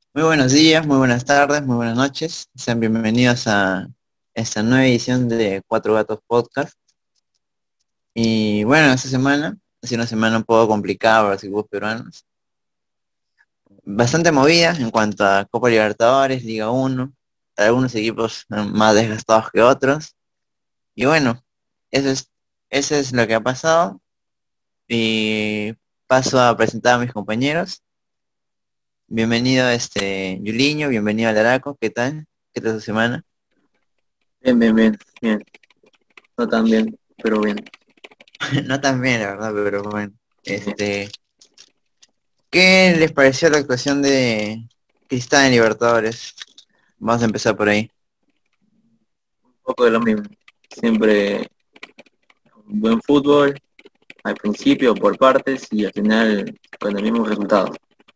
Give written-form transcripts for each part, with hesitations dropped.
Muy buenos días, muy buenas tardes, muy buenas noches. Sean bienvenidos a esta nueva edición de Cuatro Gatos Podcast. Y bueno, esta semana ha sido una semana un poco complicada para los equipos peruanos. Bastante movida en cuanto a Copa Libertadores, Liga Uno, algunos equipos más desgastados que otros. Y bueno, eso es, eso es lo que ha pasado. Y paso a presentar a mis compañeros. Bienvenido Yuliño, bienvenido al Araco, ¿qué tal? ¿Qué tal su semana? Bien, bien, bien, bien. No tan bien, pero bien. No tan bien, la verdad, pero bueno. Eh, Este, ¿Qué les pareció la actuación de Cristal en Libertadores? Vamos a empezar por ahí. un poco de lo mismo. Siempre un buen fútbol, al principio por partes y al final con el mismo resultado,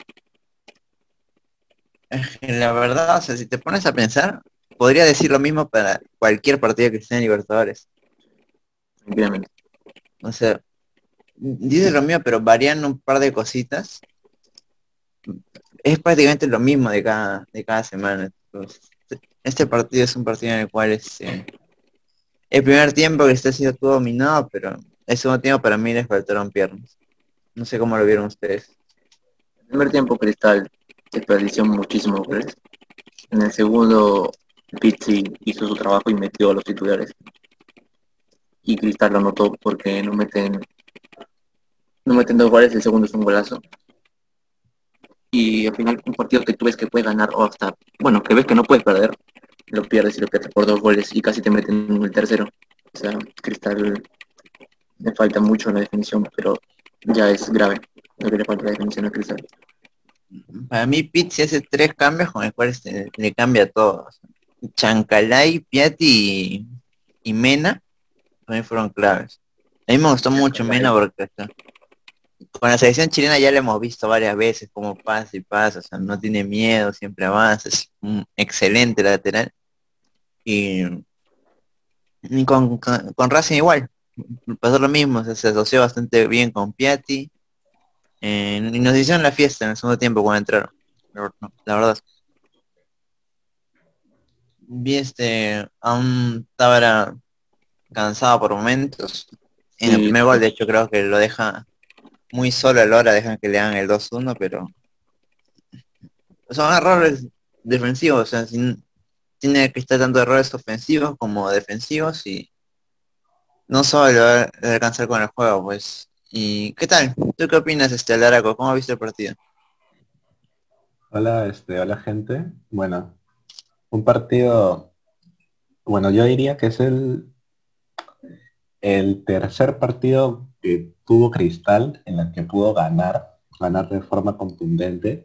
La verdad, o sea, si te pones a pensar, podría decir lo mismo para cualquier partido que esté en Libertadores. tranquilamente. O sea, dice lo mío, pero varían un par de cositas. Es prácticamente lo mismo de cada semana. Entonces, este partido es un partido en el cual el primer tiempo que está sido todo dominado, pero el segundo tiempo para mí les faltaron piernas. No sé cómo lo vieron ustedes. El primer tiempo Cristal desperdició muchísimos goles. En el segundo, Pizzi hizo su trabajo y metió a los titulares. Y Cristal lo anotó porque no meten dos goles, el segundo es un golazo. Y al final un partido que tú ves que puedes ganar o hasta, bueno, que ves que no puedes perder, lo pierdes por dos goles y casi te meten en el tercero. O sea, Cristal le falta mucho en la definición, pero ya es grave lo que le falta la definición a Cristal. Para mí, Pizzi hace tres cambios con los cuales le cambia todo. O sea, Chancalay, Piatti y Mena también fueron claves. A mí me gustó mucho Mena porque con la selección chilena ya le hemos visto varias veces cómo pasa y pasa, o sea, no tiene miedo, siempre avanza, es un excelente lateral. Y, y con Racing igual, pasó lo mismo, o sea, se asoció bastante bien con Piatti y nos hicieron la fiesta en el segundo tiempo cuando entraron. La verdad. Vi a un Tábara cansado por momentos. En el Sí, primer gol, de hecho, creo que lo deja muy solo a la hora, dejan que le hagan el 2-1, pero son errores defensivos, o sea, tiene que estar tanto errores ofensivos como defensivos y no solo alcanzar con el juego, pues. ¿Y qué tal? ¿Tú qué opinas, Laraco? ¿Cómo has visto el partido? Hola, hola gente. Bueno, un partido, bueno, yo diría que es el tercer partido que tuvo Cristal en el que pudo ganar de forma contundente,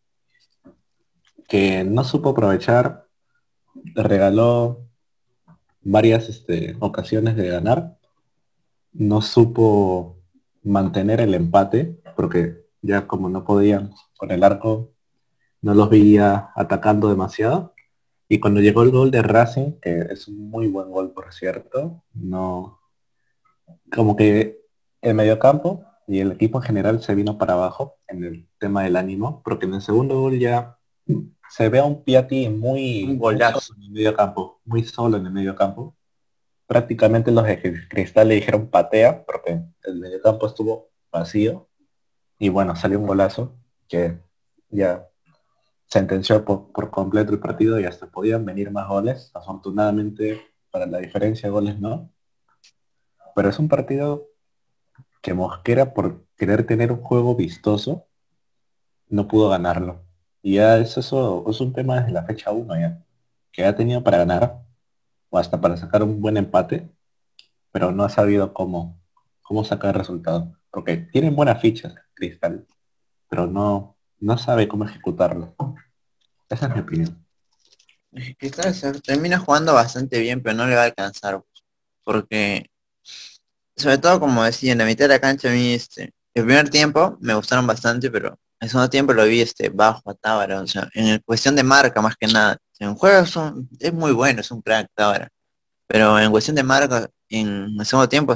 que no supo aprovechar, regaló varias ocasiones de ganar, no supo mantener el empate, porque ya como no podían con el arco, no los veía atacando demasiado. Y cuando llegó el gol de Racing, que es un muy buen gol por cierto, no, como que el mediocampo y el equipo en general se vino para abajo en el tema del ánimo, porque en el segundo gol ya se ve a un Piatti Un muy solo golazo. en el medio campo, muy solo en el medio campo. Prácticamente los de Cristal le dijeron patea, porque el mediocampo estuvo vacío, y bueno, salió un golazo que ya sentenció por completo el partido y hasta podían venir más goles. Afortunadamente, para la diferencia de goles no. Pero es un partido que Mosquera, por querer tener un juego vistoso, no pudo ganarlo. Y ya eso es un tema desde la fecha uno ya, que ha tenido para ganar, o hasta para sacar un buen empate, pero no ha sabido cómo sacar el resultado. Porque tienen buenas fichas, Cristal, pero no sabe cómo ejecutarlo. Esa es mi opinión. Que claro, se termina jugando bastante bien, pero no le va a alcanzar, porque sobre todo, como decía, en la mitad de la cancha a mí, el primer tiempo me gustaron bastante, pero el segundo tiempo lo vi, bajo a Tábara, o sea, cuestión de marca más que nada. En juego es muy bueno, es un crack Tábara, pero en cuestión de marca, en el segundo tiempo,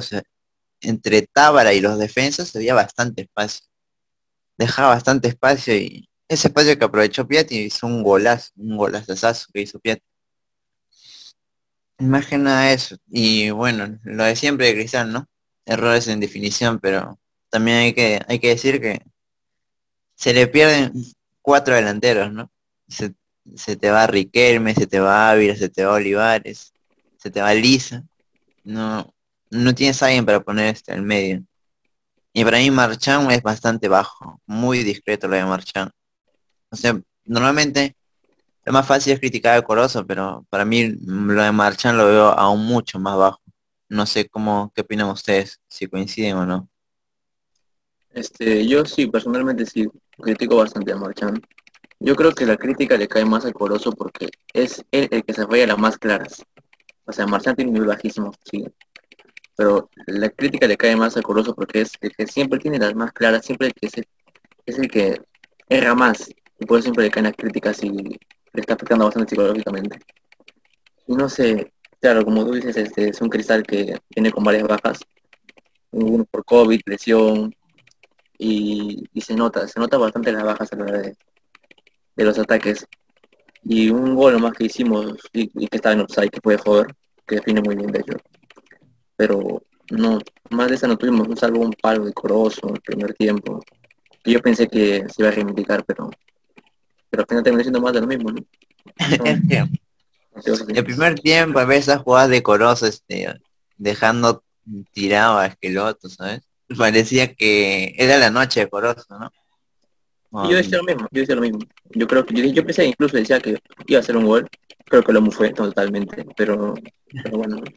entre Tábara y los defensas había bastante espacio, dejaba bastante espacio ese espacio que aprovechó Piatti hizo un golazazo que hizo Piatti. Más que nada eso. Y bueno, lo de siempre de Cristal, ¿no? Errores en definición, pero también hay que decir que se le pierden cuatro delanteros, ¿no? Se, se te va Riquelme, se te va Ávila, se te va Olivares, se te va Lisa. No, no tienes a alguien para poner al medio. Y para mí Marchán es bastante bajo, muy discreto lo de Marchán. O sea, normalmente lo más fácil es criticar a Corozo, pero para mí lo de Marchán lo veo aún mucho más bajo. No sé qué opinan ustedes, si coinciden o no. Yo sí, personalmente sí, critico bastante a Marchand. Yo creo que la crítica le cae más al Corozo porque es él el que se falla las más claras. O sea, Marchand tiene un nivel bajísimo, sí, pero la crítica le cae más al Corozo porque es el que siempre tiene las más claras, siempre es el que erra más, y por eso siempre le caen las críticas y le está afectando bastante psicológicamente. Y no sé, claro, como tú dices, es un Cristal que viene con varias bajas, uno por COVID, lesión, y se nota bastante las bajas a la hora de los ataques. Y un gol nomás que hicimos y que estaba en offside, que puede joder, que define muy bien de hecho. Pero no, más de esa no tuvimos, un salvo un palo de Corozo en el primer tiempo. Y yo pensé que se iba a reivindicar, pero al final terminó siendo más de lo mismo, ¿no? Son Es que partidos así. el primer tiempo, a veces esas jugadas de Corozo, dejando tirado a Esqueloto, ¿sabes? Parecía que era la noche de Corozo, ¿no? Y yo Con, decía lo mismo, yo decía lo mismo. Yo creo que yo pensé incluso decía que iba a ser un gol, creo que lo fue totalmente, pero bueno, ¿no?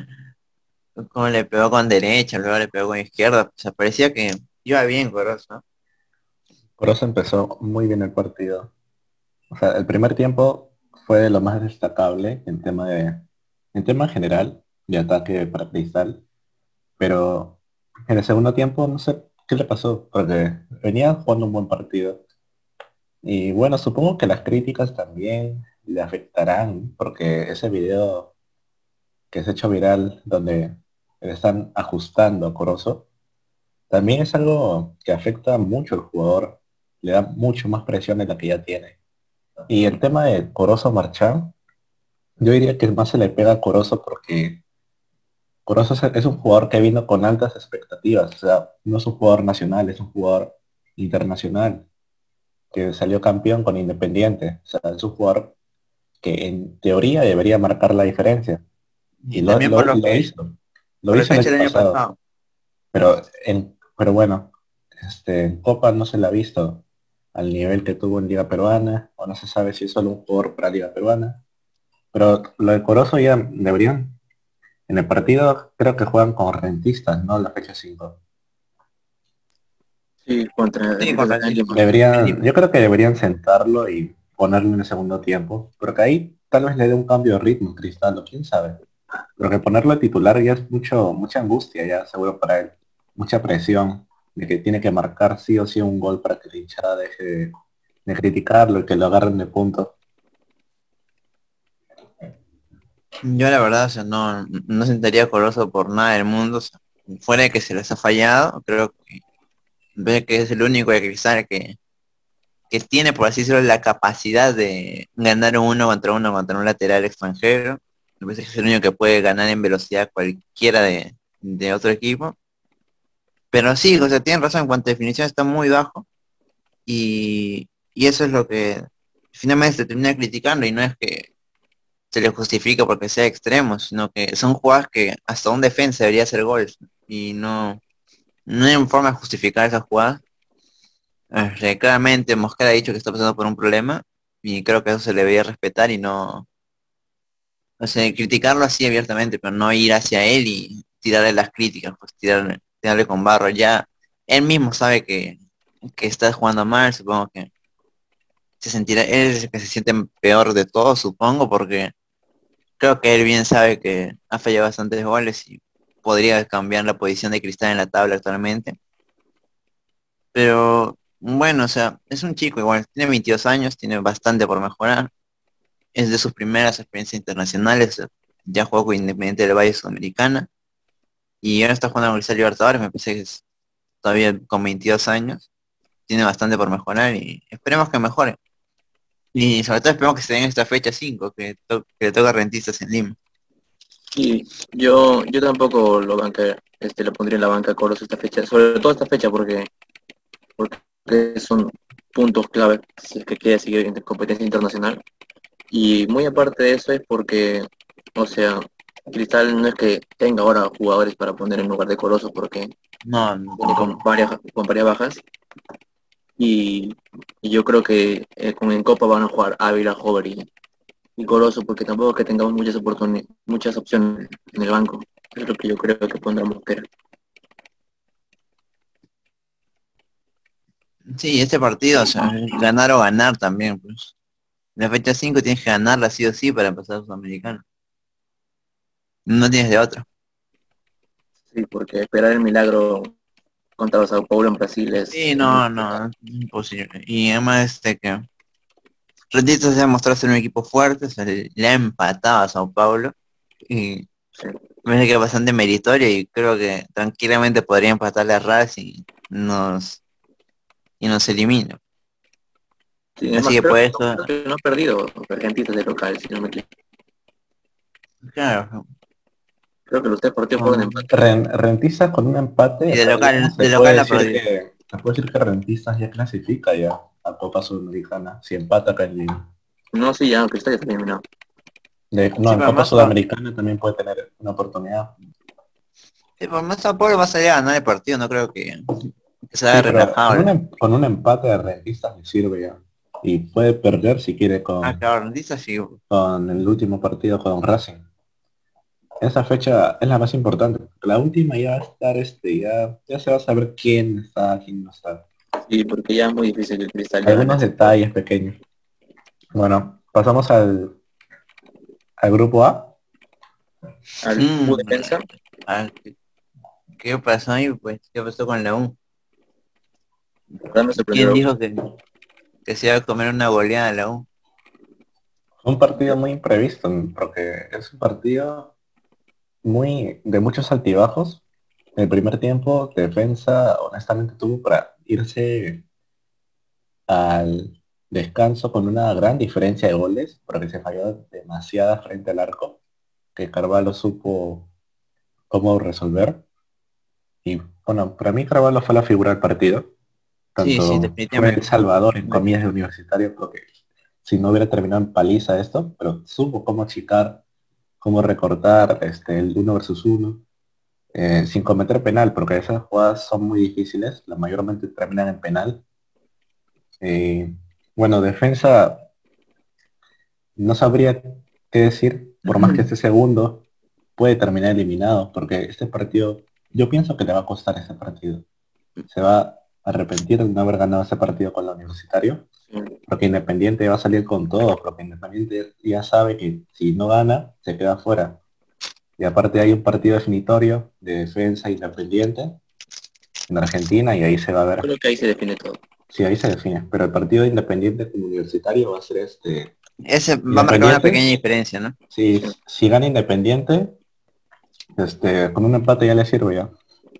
como le pegó con derecha, luego le pegó con izquierda, o sea, parecía que iba bien Corozo, ¿no? Kroos empezó muy bien el partido. O sea, el primer tiempo fue de lo más destacable en tema general de ataque para Cristal, pero en el segundo tiempo no sé qué le pasó, porque venía jugando un buen partido. Y bueno, supongo que las críticas también le afectarán, porque ese video que se ha hecho viral donde le están ajustando a Corozo, también es algo que afecta mucho al jugador, le da mucho más presión de la que ya tiene. Y el tema de Corozo Marchán, yo diría que más se le pega a Corozo porque Corozo es un jugador que vino con altas expectativas, o sea, no es un jugador nacional, es un jugador internacional que salió campeón con Independiente, o sea, es un jugador que en teoría debería marcar la diferencia. Y Y también por lo por lo hizo que ha el hecho año el año pasado, pasado. pero bueno, en Copa no se le ha visto al nivel que tuvo en Liga Peruana, o no se sabe si es solo un jugador para Liga Peruana, pero lo de Corozo ya deberían, en el partido creo que juegan con rentistas, ¿no? La fecha 5. Sí, contra Sí, Deportes de acá en Lima. En Deberían, Lima. yo creo que deberían sentarlo y ponerlo en el segundo tiempo, porque ahí tal vez le dé un cambio de ritmo, Cristal, o quién sabe. Pero que ponerlo de titular ya es mucha angustia ya seguro para él, mucha presión de que tiene que marcar sí o sí un gol para que la hinchada deje de criticarlo y que lo agarren de punto. Yo la verdad, o sea, no sentaría Corozo por nada del mundo, o sea, fuera de que se les ha fallado, creo que ve que es el único de Cristal que tiene, por así decirlo, la capacidad de ganar un uno contra un lateral extranjero. Me parece que es el único que puede ganar en velocidad cualquiera de otro equipo. Pero sí, o sea, tienen razón, en cuanto a definición está muy bajo y eso es lo que finalmente se termina criticando y no es que se le justifica porque sea extremo, sino que son jugadas que hasta un defensa debería hacer goles y no hay forma de justificar esas jugadas. Claramente Mosquera ha dicho que está pasando por un problema y creo que eso se le debería respetar y no, o sea, criticarlo así abiertamente, pero no ir hacia él y tirarle las críticas, pues tirarle con barro. Ya él mismo sabe que está jugando mal, supongo que se sentirá, él es el que se siente peor de todo, supongo, porque creo que él bien sabe que ha fallado bastantes goles y podría cambiar la posición de Cristal en la tabla actualmente. Pero bueno, o sea, es un chico igual, tiene 22 años, tiene bastante por mejorar. Es de sus primeras experiencias internacionales, ya jugó con Independiente del Valle Sudamericana y ahora está jugando con Cristal Libertadores, me parece que es todavía con 22 años. tiene bastante por mejorar y esperemos que mejore. Y sobre todo esperemos que se den esta fecha 5 que le toca a Rentistas en Lima. Y yo tampoco lo pondría en la banca a Coros esta fecha, sobre todo esta fecha porque son puntos clave si es que quiere seguir en competencia internacional. Y muy aparte de eso es porque, o sea, Cristal no es que tenga ahora jugadores para poner en lugar de Corozo porque No, viene tampoco. con varias bajas. Y, y yo creo que en Copa van a jugar Ávila, Hover y Corozo porque tampoco es que tengamos muchas opciones en el banco. Es lo que yo creo que pondrá Mosquera. Sí, este partido, o sea, ganar o ganar también, pues. La fecha 5 tienes que ganarla sí o sí para pasar a Sudamericano. No tienes de otra. Sí, porque esperar el milagro contra los Sao Paulo en Brasil Sí, es muy no, complicado. no, es imposible. Y además que Rentistas se ha mostrado ser un equipo fuerte, se le ha empatado a Sao Paulo y Sí. me parece que es bastante meritorio y creo que tranquilamente podría empatarle a Racing y nos elimina. Sí, Así además que por eso, creo que no ha perdido Argentinos de local, si no me equivoco. claro, Creo que los tres partidos fueron empate. Rentistas con un empate, y en realidad de local la perdió. se puede decir que Rentistas ya clasifica ya a Copa Sudamericana, si empata acá en Lima. No, sí, ya, Cristal ya está eliminado. No, Sí, en pero Copa más, Sudamericana también puede tener una oportunidad. sí, por más Sao Paulo va a salir a ganar el partido, no creo que se haya Sí, pero relajado. con un empate de Rentistas le sirve ya. Y puede perder si quiere Ah, claro, Rentistas sí. con el último partido con Racing. Esa fecha es la más importante. La última ya va a estar ya se va a saber quién está, quién no está. Sí, porque ya es muy difícil que el Cristal le gane Algunos a Sao Paulo. detalles pequeños. Bueno, pasamos al grupo A. Al U Mm, defensa, ah, ¿qué pasó ahí? Pues, ¿qué pasó con la U? la verdad me ¿Quién sorprendió. dijo que se iba a comer una goleada la U? Fue un partido muy imprevisto, porque es un partido muy de muchos altibajos. El primer tiempo, defensa, honestamente, tuvo para irse al descanso con una gran diferencia de goles, porque se falló demasiada frente al arco, que Carvalho supo cómo resolver. Y bueno, para mí Carvalho fue la figura del partido. Sí, sí, Tanto fue el definitivamente. salvador en comillas de Universitario, porque si no hubiera terminado en paliza esto, pero supo cómo achicar, cómo recortar el uno versus uno, sin cometer penal, porque esas jugadas son muy difíciles, la mayormente terminan en penal. Eh, bueno, defensa, no sabría qué decir, por más que esté segundo, puede terminar eliminado, porque este partido, yo pienso que le va a costar este partido. Se va a arrepentir de no haber ganado ese partido con el Universitario, Sí. porque Independiente va a salir con todo, porque Independiente ya sabe que si no gana, se queda fuera. Y aparte hay un partido definitorio de defensa Independiente en Argentina y ahí se va a Yo ver creo que ahí se define todo. si ahí se define. Pero el partido de Independiente con Universitario va a ser Ese va a marcar una Independiente. pequeña diferencia, ¿no? Si, Sí. si gana Independiente, con un empate ya le sirve ya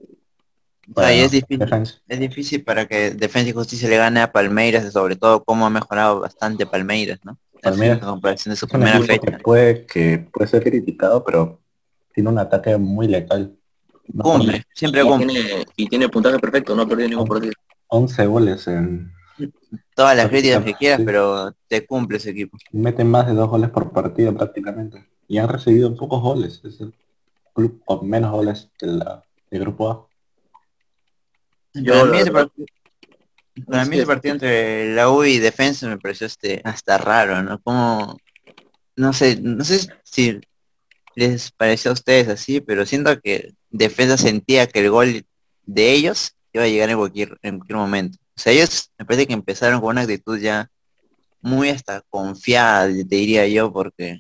O sea, y para defensa. es difícil para que Defensa y Justicia le gane a Palmeiras, sobre todo cómo ha mejorado bastante Palmeiras, ¿no? En Palmeiras comparación de su es un primera equipo fecha. que puede ser criticado, pero tiene un ataque muy letal. Va por Cumple, siempre cumple. Y tiene puntaje perfecto, no ha perdido ningún partido. 11 goles en Todas las críticas que prácticamente, quieras, sí. pero te cumple ese equipo. Meten más de 2 goles por partido prácticamente. Y han recibido pocos goles. Es el club con menos goles del grupo A. Para Yo, la mí ese verdad, partido, no para mí ese sé, partido entre la U y Defensa me pareció hasta raro, ¿no? Como, no sé si les pareció a ustedes así, pero siento que Defensa sentía que el gol de ellos iba a llegar en cualquier momento. O sea, ellos me parece que empezaron con una actitud ya muy hasta confiada, te diría yo, porque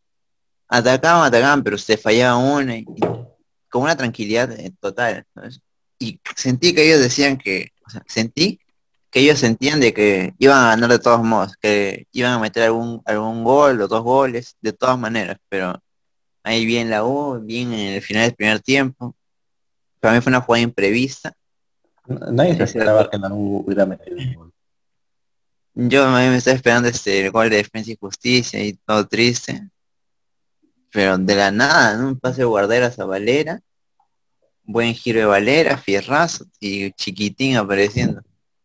atacaban, pero se fallaba una y con una tranquilidad total, ¿sabes? Y sentí que ellos decían o sea, sentí que ellos sentían de que iban a ganar de todos modos, que iban a meter algún gol o dos goles, de todas maneras, pero ahí bien la U, bien en el final del primer tiempo. Para mí fue una jugada imprevista Nadie se Sí, esperaba cierto. que la U hubiera metido un gol. Yo a mí me estaba esperando el gol de Defensa y Justicia y todo triste. Pero de la nada, ¿no? Un pase de Guarderas a Valera, buen giro de Valera, fierrazo y Chiquitín apareciendo.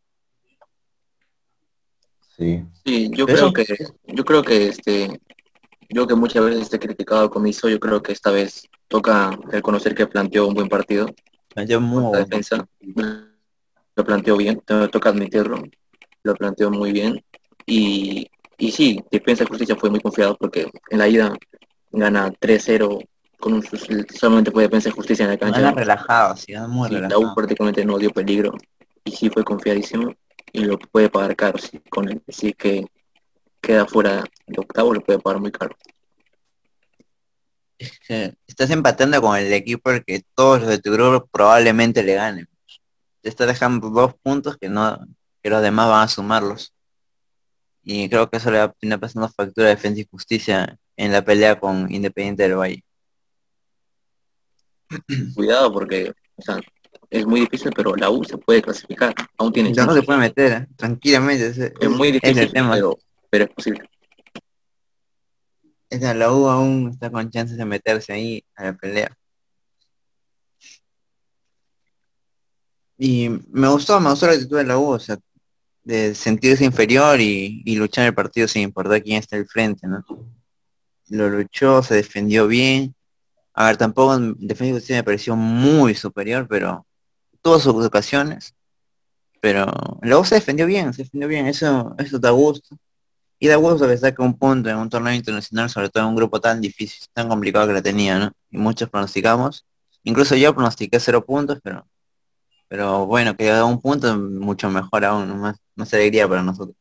Sí. Sí, yo Pero creo que, yo creo que yo que muchas veces he criticado a Comiso, yo creo que esta vez toca reconocer que planteó un buen partido. Yo Por la muy defensa lo planteó bien, toca admitirlo, lo planteó muy bien. Y, y sí, Defensa y Justicia fue muy confiado porque en la ida gana 3-0 con solamente fue Defensa y Justicia en la gana cancha. relajado, sí, gana muy Sí, la U relajado. prácticamente no dio peligro y sí fue confiadísimo y lo puede pagar caro. Sí, con él, sí que queda fuera de octavo, lo puede pagar muy caro. Es que estás empatando con el equipo al que todos los de tu grupo probablemente le ganen. Te está dejando 2 puntos que no, que los demás van a sumarlos. Y creo que eso le va a terminar pasando factura a Defensa y Justicia en la pelea con Independiente del Valle. Cuidado porque, o sea, es muy difícil, pero la U se puede clasificar, aún tiene No se chance. puede meter, tranquilamente, Es muy es el difícil, tema. pero es posible. Esa, la U aún está con chances de meterse ahí a la pelea. Y me gustó la actitud de la U, o sea, de sentirse inferior y luchar el partido sin importar quién está al frente, ¿no? Lo luchó, se defendió bien. A ver, tampoco en Defensa y Justicia me pareció muy superior, pero tuvo sus ocasiones. Pero la U se defendió bien, eso da gusto. Y da gusto que saque un punto en un torneo internacional, sobre todo en un grupo tan difícil, tan complicado que la tenía, ¿no? Y muchos pronosticamos. Incluso yo pronostiqué 0 puntos, pero bueno, que da un punto mucho mejor aún, ¿no? Más alegría para nosotros.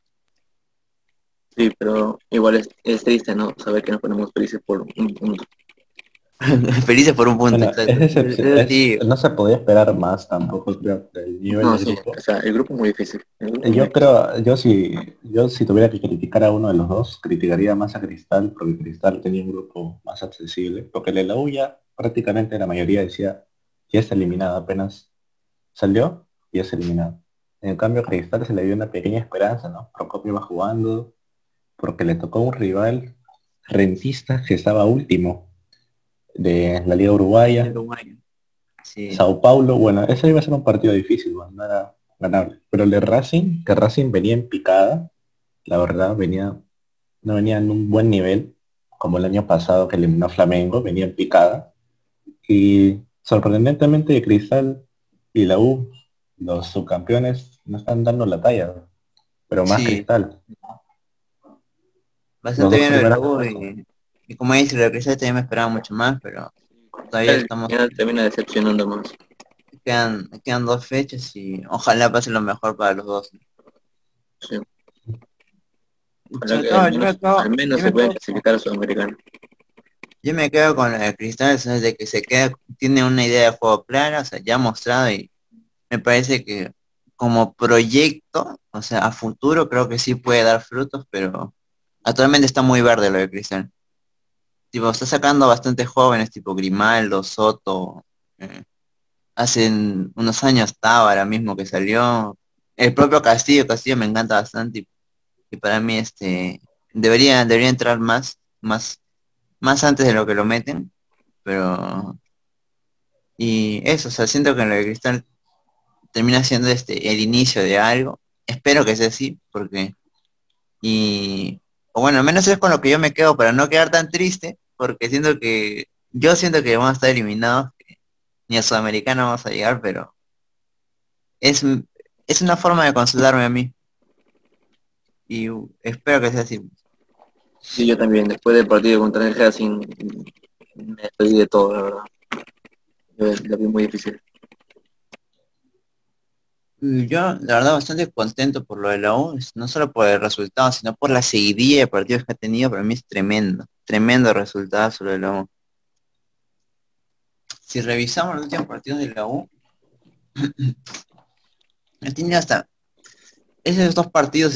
Sí, pero igual es triste, ¿no? Saber que nos ponemos felices por un punto. Felices por un punto, bueno, exacto. Sí, no se podía esperar más tampoco, creo, del nivel No, del sí, o grupo. sea, el grupo es muy difícil. El grupo es muy Yo difícil. creo, yo si tuviera que criticar a uno de los dos, criticaría más a Cristal, porque Cristal tenía un grupo más accesible, porque el de la U ya prácticamente la mayoría decía, ya está eliminado, apenas salió, ya está eliminado. En cambio, a Cristal se le dio una pequeña esperanza, ¿no? Procopio va jugando, porque le tocó un rival rentista que estaba último de la Liga de Uruguaya. Uruguay. Sí, Sao Paulo, bueno, ese iba a ser un partido difícil, bueno, no era ganable. Pero el de Racing, que Racing venía en picada, la verdad, no venía en un buen nivel, como el año pasado que eliminó a Flamengo, venía en picada. Y sorprendentemente Cristal y la U, los subcampeones, no están dando la talla, pero más sí, Cristal. Los bastante dos bien lo de la primeros U puestos. y como dice, lo de Cristal también me esperaba mucho más, pero todavía Al estamos, final termina decepcionando más. quedan 2 fechas y ojalá pase lo mejor para los dos. Sí. Ojalá Sobre que todo, yo me al quedo, menos yo se me puedan quedo, clasificar a Sudamericano. yo me quedo con la de Cristal, ¿sabes? De que tiene una idea de juego clara, o sea, ya ha mostrado y me parece que como proyecto, o sea, a futuro creo que sí puede dar frutos, pero actualmente está muy verde lo de Cristal. Tipo, está sacando bastantes jóvenes, tipo Grimaldo, Soto, eh, hace unos años Tábara mismo que salió. El propio Castillo me encanta bastante y para mí debería entrar más antes de lo que lo meten, pero y eso, o sea, siento que lo de Cristal termina siendo el inicio de algo. Espero que sea así, o bueno, al menos es con lo que yo me quedo para no quedar tan triste, porque siento que vamos a estar eliminados, que ni a Sudamericana vamos a llegar, pero es, es una forma de consolarme a mí y espero que sea así. Sí, yo también, después del partido contra el Racing, me despedí de todo, la verdad. Yo la vi muy difícil. Y yo, la verdad, bastante contento por lo de la U, no solo por el resultado, sino por la seguidilla de partidos que ha tenido, para mí es tremendo, tremendo resultado sobre la U. Si revisamos los últimos partidos de la U, ha tenido hasta esos 2 partidos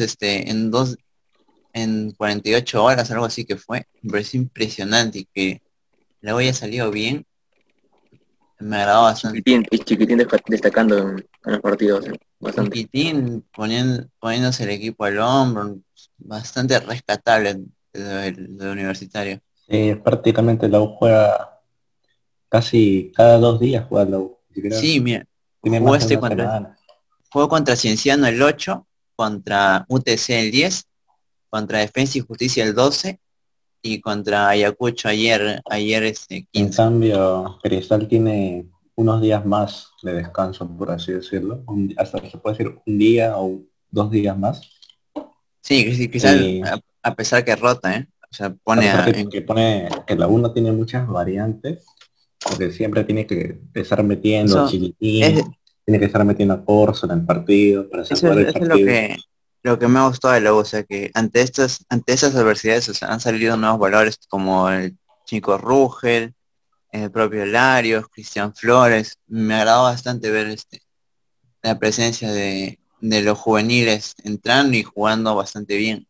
en 48 horas, algo así que fue, me pareció impresionante y que la U haya salido bien. Me agradó bastante. Chiquitín destacando en los partidos, bastante. Chiquitín poniéndose el equipo al hombro, bastante rescatable del universitario. Prácticamente la U juega casi cada 2 días juega la U. Ni siquiera Sí, mira, tiene jugó más de este una contra, semana. jugó contra Cienciano el 8, contra UTC el 10, contra Defensa y Justicia el 12 y contra Ayacucho ayer En 15. cambio, Cristal tiene unos días más de descanso, por así decirlo. Hasta se puede decir un día o 2 días más. Sí, sí, quizás Y a pesar que rota, ¿eh? O sea, a pone pesar a, que pone que la U no tiene muchas variantes, porque siempre tiene que estar metiendo eso, Chiquitín, es, tiene que estar metiendo a Corso en el partido para salvar el eso es partido. lo que me ha gustado de la U, o sea, que ante estas adversidades, o sea, han salido nuevos valores como el chico Rugel, el propio Larios, Cristian Flores. Me agradó bastante ver la presencia de los juveniles entrando y jugando bastante bien.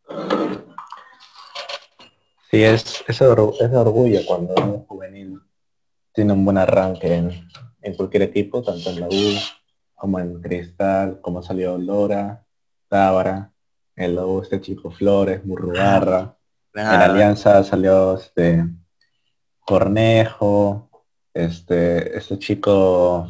Sí, es de orgullo cuando un juvenil tiene un buen arranque en cualquier equipo, tanto en la U como en Cristal, como salió Lora, Tábara, en la U este chico Flores, Ah, Murrugarra, en verdad, Alianza salió Cornejo, este chico,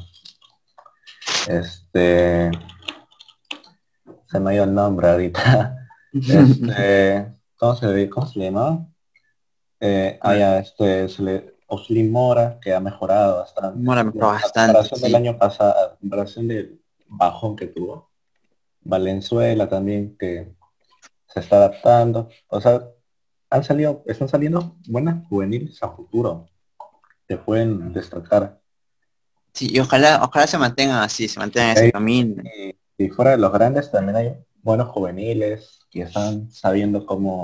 este, se me ha ido el nombre ahorita, ¿verdad? ¿cómo se llama? Ya Oslin Mora, que ha mejorado bastante. Mora mejoró A bastante, comparación del sí. año pasado, a comparación del bajón que tuvo. Valenzuela también, que se está adaptando. O sea, están saliendo buenas juveniles a futuro, que pueden destacar. Sí, y ojalá se mantengan así, se mantengan Y, ese camino. y fuera de los grandes también hay buenos juveniles que están sabiendo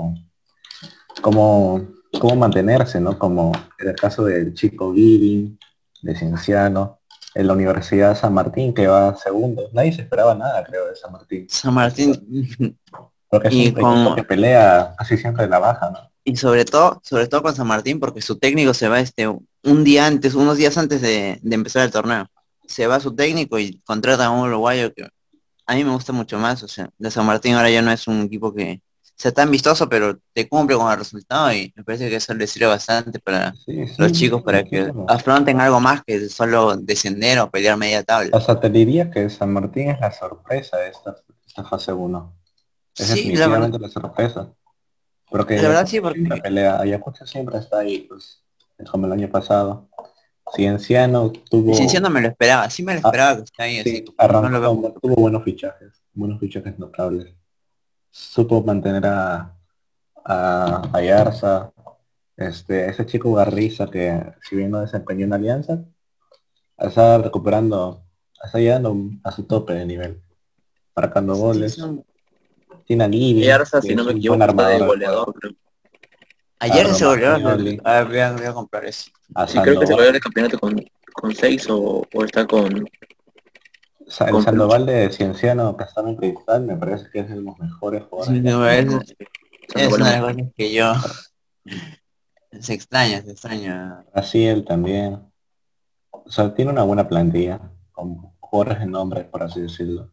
cómo mantenerse, ¿no? Como en el caso del chico Giving, de Cienciano, en la Universidad de San Martín que va segundo. Nadie se esperaba nada, creo, de San Martín. San Martín, Porque es y un equipo que con pelea casi siempre en la baja, ¿no? y sobre todo con San Martín, porque su técnico se va un día antes, unos días antes de empezar el torneo. Se va su técnico y contrata a un uruguayo que a mí me gusta mucho más. O sea, de San Martín ahora ya no es un equipo que sea tan vistoso, pero te cumple con el resultado y me parece que eso le sirve bastante para Sí, sí, los es chicos un para que equipo. afronten algo más que solo descender o pelear media tabla. Hasta te diría que San Martín es la sorpresa de esta fase uno. Es Sí, definitivamente la sorpresa. Porque la verdad sí, Ayacucho siempre porque pelea, Ayacucho siempre está ahí, pues, es como el año pasado. Cienciano Cienciano tuvo, me lo esperaba, sí me lo ah, esperaba que esté ahí, así sí, como no lo veo como tuvo sorpresa. buenos fichajes notables. Supo mantener a Ayarza, ese chico Garriza que si bien no desempeñó en Alianza, está recuperando, está llegando a su tope de nivel, marcando Sí, goles. Tiene a Y Living, Arza, que si no es me un buen equivoco, está de armador de goleador, juego. creo. A Ayer ese goleador, Romagnoli, voy a comprar eso. a Sí, creo que se goleador Sandoval. del campeonato con 6 o está El con Peluche. Sandoval de Cienciano que está en Cristal me parece que es de los mejores Sí, jugadores del no, campeonato. es Sandoval es una muy de las bueno. cosas que yo se extraña. Brasil también. O sea, tiene una buena plantilla, con jugadores de nombre, por así decirlo.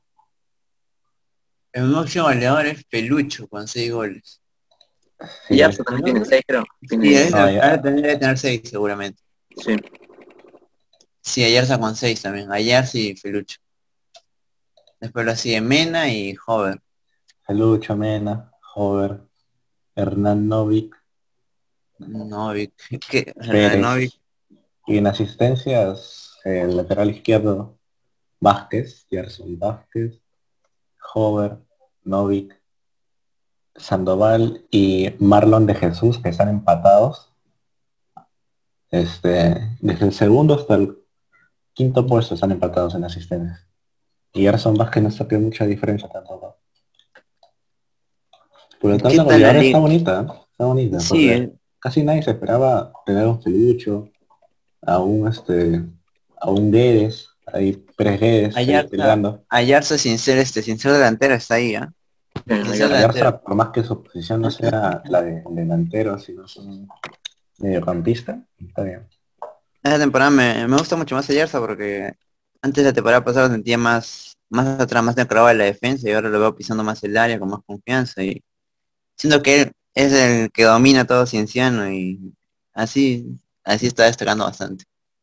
El máximo goleador es Pelucho con 6 goles. Y Sí, Arza también ¿No? tiene 6, creo. Sí, Tiene, no, ahora ya, tendría que tener 6 seguramente. sí. Sí, ayer está con 6 también. Ayer sí, Pelucho. Después lo sigue Mena y Hover. Lucho Mena, Hover, Hernán Novik, Novik, que Novik, Pérez. Y en asistencias, el lateral izquierdo, Vázquez, Gerson Vázquez, Hover, Novik, Sandoval y Marlon de Jesús, que están empatados. Desde el segundo hasta el quinto puesto están empatados en asistencias. Y Gerson Vázquez no sacó mucha diferencia tampoco. Pero la ¿qué tabla tal la goleadora liga? está bonita, Sí, porque casi nadie se esperaba tener a un Felucho, a un Guedes, ahí Pérez Guedes, ahí Ayarza, peleando. Ayarza sin ser delantero está ahí, ¿ah? Sin ser Ayarza. delantero. Ayarza, por más que su posición no sea la de delantero, sino es un mediocampista, está bien. esta temporada me gusta mucho más el Yarza porque antes de la temporada pasada lo sentía más atrás, más encargado de la defensa y ahora lo veo pisando más el área con más confianza y siento que él es el que domina todo Cienciano y así está destacando bastante.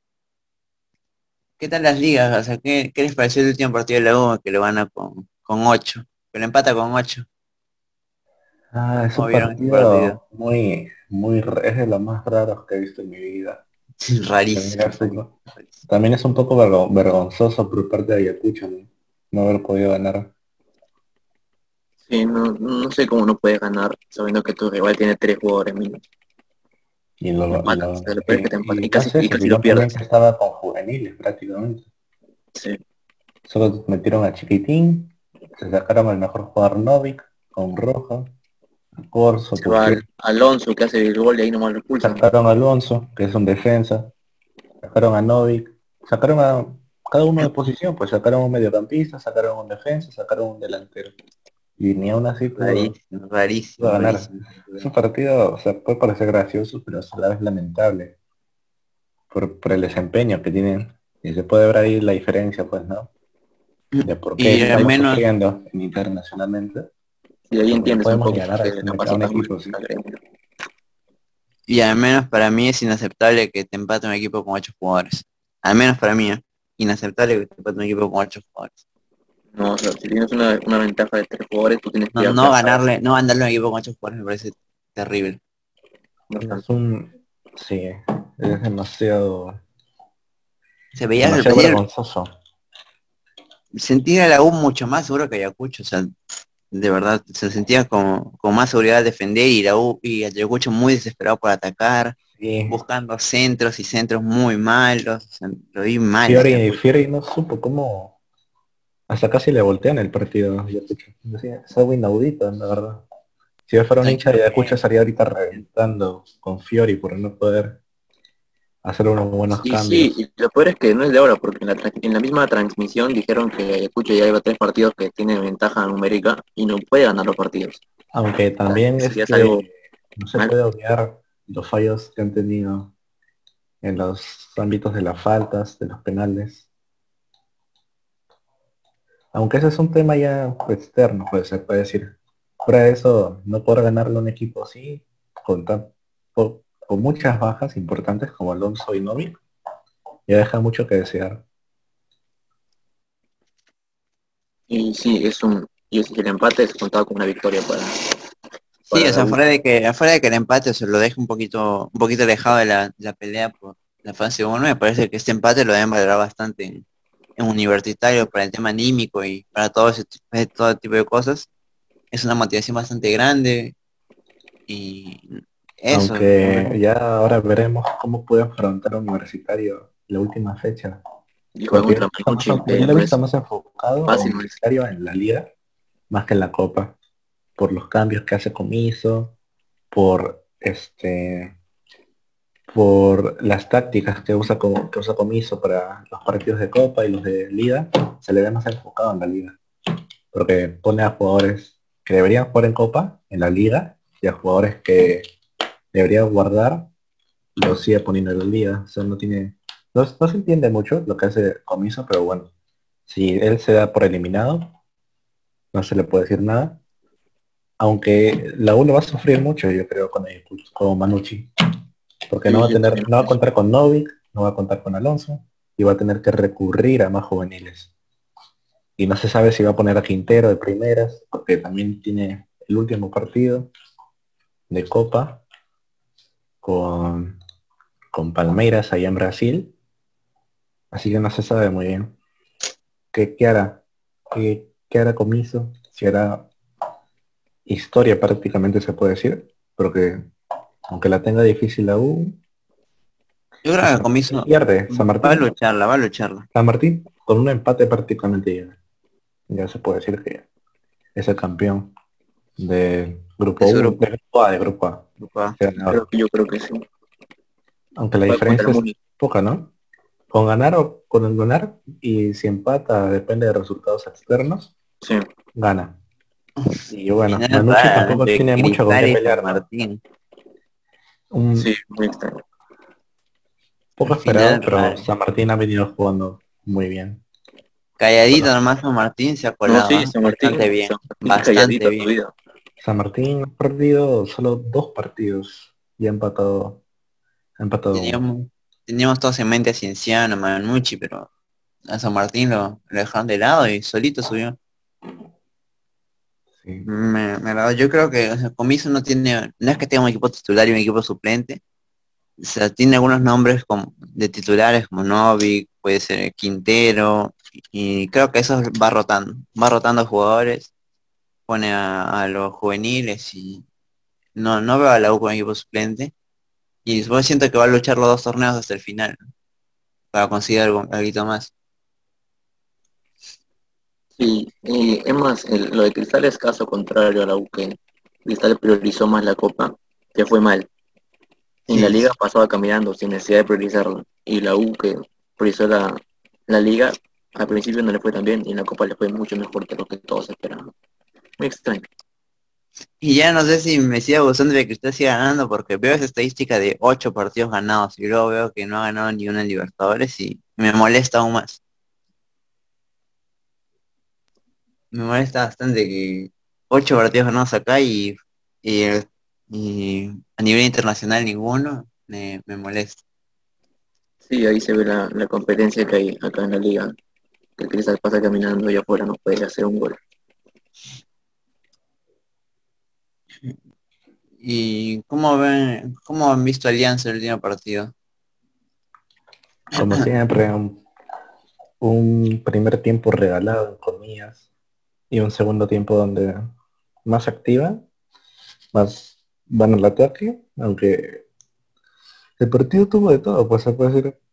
¿Qué tal las ligas? O sea, ¿qué les pareció el último partido de la U que lo gana con 8? Que lo empata con 8. Ah, es ¿Cómo un vieron ese partido? partido es de los más raros que he visto en mi vida. Rarísimo, Mira, rarísimo, rarísimo. también es un poco vergonzoso por parte de Ayacucho, no haber podido ganar. Sí, no sé cómo no puedes ganar sabiendo que tu rival tiene tres jugadores mínimos. Y, Te lo, y, empatan, o lo- sea, lo peor es que te empatan y y no casi, sé, y se casi lo olvidó también pierdes. que estaba con juveniles prácticamente. Sí. Solo metieron a Chiquitín, se sacaron al mejor jugador Novik, con Roja, a Corso, Se va pusieron, Alonso que hace el gol y ahí nomás lo expulsan. sacaron a Alonso, que es un defensa, sacaron a Novik, sacaron a cada uno de posición, pues sacaron un mediocampista, sacaron un defensa, sacaron un delantero. Y ni aún así Rarísimo, pudo rarísimo, ganar. rarísimo. Es un partido, o sea, puede parecer gracioso, pero a la vez lamentable por el desempeño que tienen. Y se puede ver ahí la diferencia, pues, ¿no? De por qué Y al estamos menos, sufriendo internacionalmente, Y ahí porque no entiendes un podemos poco ni por ganar qué la a pasa un tan mal equipo así. al Gremio. y al menos para mí es inaceptable que te empate un equipo con 8 jugadores. Al menos para mí, ¿eh? Inaceptable que te empate un equipo con 8 jugadores. No, o sea, si tienes una ventaja de tres jugadores, tú tienes No, que no aplazar ganarle, no ganarle a un equipo con 8 jugadores me parece terrible. Es bastante. un, sí, es Se veía demasiado repetir, vergonzoso. sentir a la U mucho más seguro que Ayacucho, o sea, de verdad, se sentía con más seguridad al defender y la U y Ayacucho muy desesperado por atacar, Sí, buscando centros y centros muy malos, o sea, lo vi mal a Ayacucho. Fiori no supo cómo, hasta casi le voltean el partido. Yo decía, es algo inaudito, la verdad. Si yo fuera un hincha de Ayacucho estaría ahorita reventando con Fiori por no poder hacer unos buenos Sí, sí, cambios. y lo peor es que no es de ahora, porque en la misma transmisión dijeron que Ayacucho ya lleva tres partidos que tiene ventaja numérica y no puede ganar los partidos. Aunque también Eso es ya es algo que no se mal. puede obviar los fallos que han tenido en los ámbitos de las faltas, de los penales. Aunque ese es un tema ya externo, pues se puede decir. Fuera de eso, no poder ganarle a un equipo así, con, con muchas bajas importantes como Alonso y Novik, ya deja mucho que desear. Y sí, y si el empate es contado como una victoria Sí, para o la sea, U. afuera de que el empate se lo deje un poquito alejado de la pelea por la fase uno me parece que este empate lo deben valorar bastante en universitario para el tema anímico y para todo tipo de cosas. Es una motivación bastante grande y eso, al Aunque menos. ya ahora veremos cómo puede afrontar Universitario la última fecha. Y juega Porque contra Manucci, yo que lo he no visto es más enfocado a fácil, no es. Universitario en la liga, más que en la Copa, por los cambios que hace Comiso, por por las tácticas que usa Comiso para los partidos de Copa y los de Liga, se le ve más enfocado en la Liga. Porque pone a jugadores que deberían jugar en Copa, en la Liga, y a jugadores que debería guardar, lo sigue poniendo en la Liga. O sea, no se entiende mucho lo que hace Comiso, pero bueno, si él se da por eliminado, no se le puede decir nada. Aunque la U lo va a sufrir mucho, yo creo, con Manucci. Porque Sí, yo también no va a pienso. contar con Novik, no va a contar con Alonso, y va a tener que recurrir a más juveniles. Y no se sabe si va a poner a Quintero de primeras, porque también tiene el último partido de Copa con, con Palmeiras allá en Brasil, así que no se sabe muy bien qué hará, qué hará Comiso, si hará historia prácticamente se puede decir, porque aunque la tenga difícil la U, Yo si creo que San Martín Comiso pierde, va a lucharla. San Martín con un empate prácticamente ya se puede decir que es el campeón del grupo De su 1, grupo. De grupo A, Grupo A. ganador. Yo creo que sí. Aunque la Juega contra diferencia el es Muni. poca, ¿no? Con ganar o con el ganar, y si empata depende de resultados externos, Sí, gana. Y bueno, Final Manucci rara tampoco entre tiene mucho con Cristal qué y San pelear, ¿no? Martín. Un, sí, muy extraño. Poco al esperado, final, pero San Martín ha venido jugando muy bien. calladito Bueno, nomás San Martín se ha No, colado, sí, ¿ah? Bastante bien, San Martín bastante calladito ha bien. subido. San Martín ha perdido solo 2 partidos y ha empatado uno. Teníamos, teníamos todos en mente a Cienciano, Manucci, pero a San Martín lo dejaron de lado y solito subió. Sí. Me agradó. Yo creo que o sea, Comiso no tiene, no es que tenga un equipo titular y un equipo suplente. O sea, tiene algunos nombres como, de titulares como Novik, puede ser Quintero, y creo que eso va rotando jugadores, pone a los juveniles y no veo a la U con equipo suplente. Y después siento que va a luchar los 2 torneos hasta el final, ¿no? Para conseguir algo más. Sí, y es más, lo de Cristal es caso contrario a la U, que Cristal priorizó más la Copa, que fue mal. En la Sí, Liga sí. pasaba caminando sin necesidad de priorizarlo. Y la U, que priorizó la Liga, al principio no le fue tan bien y en la Copa le fue mucho mejor que lo que todos esperaban. Muy extraño. Y ya no sé si me sigue gustando de que usted siga ganando porque veo esa estadística de 8 partidos ganados y luego veo que no ha ganado ni una en Libertadores y me molesta aún más. Me molesta bastante que 8 partidos ganados acá y, y a nivel internacional ninguno me molesta. Sí, ahí se ve la competencia que hay acá en la Liga, que el Cristal pasa caminando y afuera no puede hacer un gol. ¿Y cómo han visto Alianza el último partido? Como siempre, un primer tiempo regalado, en comillas, y un segundo tiempo donde más activa, más van al ataque, aunque el partido tuvo de todo, pues se puede decir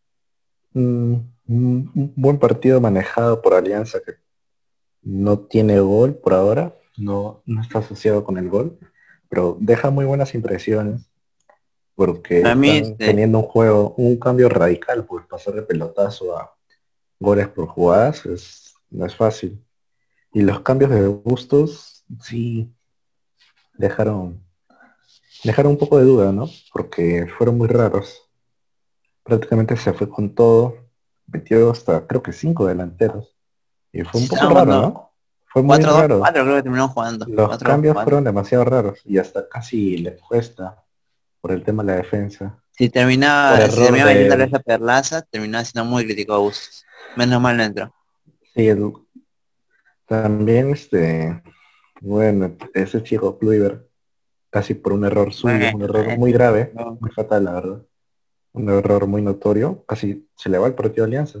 un buen partido manejado por Alianza que no tiene gol por ahora, no está asociado con el gol, pero deja muy buenas impresiones porque A mí están teniendo un juego, un cambio radical, pues pasar de pelotazo a goles por jugadas no es fácil. Y los cambios de gustos sí dejaron, dejaron un poco de duda, ¿no? Porque fueron muy raros. Prácticamente se fue con todo, metió hasta creo que 5 delanteros. Y fue sí un poco estaban raro, jugando ¿no? Fue muy 4-2-4 raro. creo que terminaron jugando. Los cuatro dos cambios cuatro fueron demasiado raros y hasta casi le cuesta por el tema de la defensa. Por Si error terminaba metiéndole de... esa perlaza, terminaba siendo muy crítico a Bustos. Menos mal no entró. Sí, también bueno, ese chico Kluivert, casi por un error suyo, Bueno, un error muy grave, no. muy fatal la verdad. Un error muy notorio, casi se le va el partido a Alianza.